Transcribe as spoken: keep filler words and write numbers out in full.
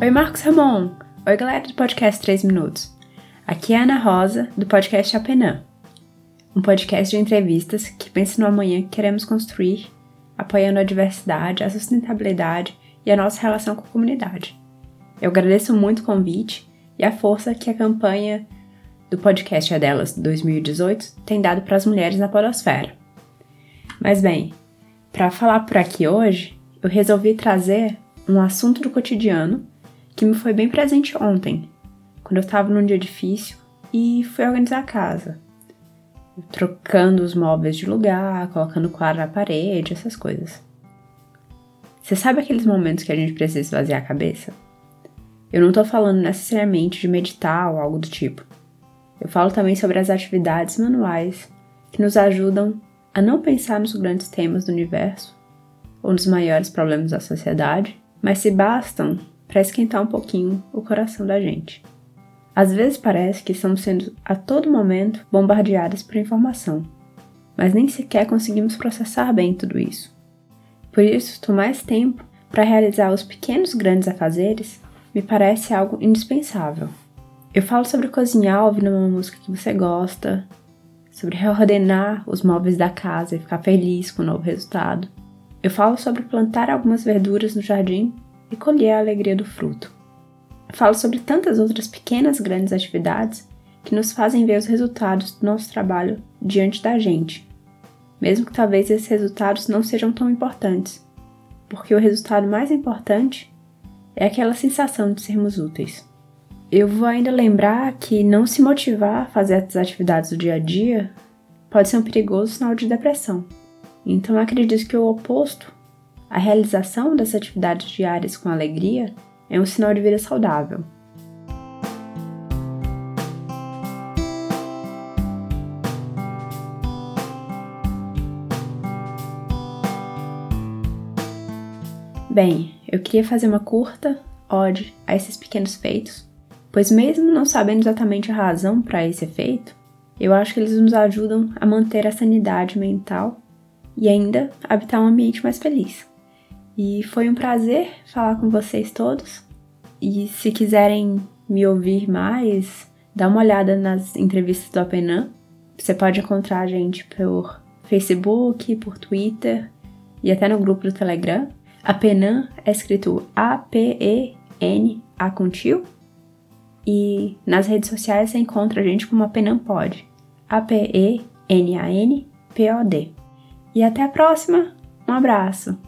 Oi, Marcos Ramon! Oi, galera do podcast três minutos. Aqui é a Ana Rosa, do podcast Apenã, um podcast de entrevistas que pensa no amanhã que queremos construir, apoiando a diversidade, a sustentabilidade e a nossa relação com a comunidade. Eu agradeço muito o convite e a força que a campanha do podcast É Delas dois mil e dezoito tem dado para as mulheres na podosfera. Mas bem, para falar por aqui hoje, eu resolvi trazer um assunto do cotidiano que me foi bem presente ontem, quando eu estava num dia difícil e fui organizar a casa. Trocando os móveis de lugar, colocando quadro na parede, essas coisas. Você sabe aqueles momentos que a gente precisa esvaziar a cabeça? Eu não tô falando necessariamente de meditar ou algo do tipo. Eu falo também sobre as atividades manuais que nos ajudam a não pensar nos grandes temas do universo ou nos maiores problemas da sociedade, mas se bastam para esquentar um pouquinho o coração da gente. Às vezes parece que estamos sendo a todo momento bombardeadas por informação, mas nem sequer conseguimos processar bem tudo isso. Por isso, tomar mais tempo para realizar os pequenos grandes afazeres me parece algo indispensável. Eu falo sobre cozinhar ouvindo uma música que você gosta, sobre reordenar os móveis da casa e ficar feliz com o novo resultado. Eu falo sobre plantar algumas verduras no jardim e colher a alegria do fruto. Eu falo sobre tantas outras pequenas grandes atividades que nos fazem ver os resultados do nosso trabalho diante da gente, mesmo que talvez esses resultados não sejam tão importantes, porque o resultado mais importante é aquela sensação de sermos úteis. Eu vou ainda lembrar que não se motivar a fazer as atividades do dia a dia pode ser um perigoso sinal de depressão. Então eu acredito que o oposto, a realização das atividades diárias com alegria, é um sinal de vida saudável. Bem, eu queria fazer uma curta ode a esses pequenos feitos, pois mesmo não sabendo exatamente a razão para esse efeito, eu acho que eles nos ajudam a manter a sanidade mental e ainda habitar um ambiente mais feliz. E foi um prazer falar com vocês todos. E se quiserem me ouvir mais, dá uma olhada nas entrevistas do Apenã. Você pode encontrar a gente por Facebook, por Twitter e até no grupo do Telegram. Apenã é escrito A P E N A com tio. E nas redes sociais você encontra a gente como Apenã Pod. A P E N A N P O D. E até a próxima. Um abraço!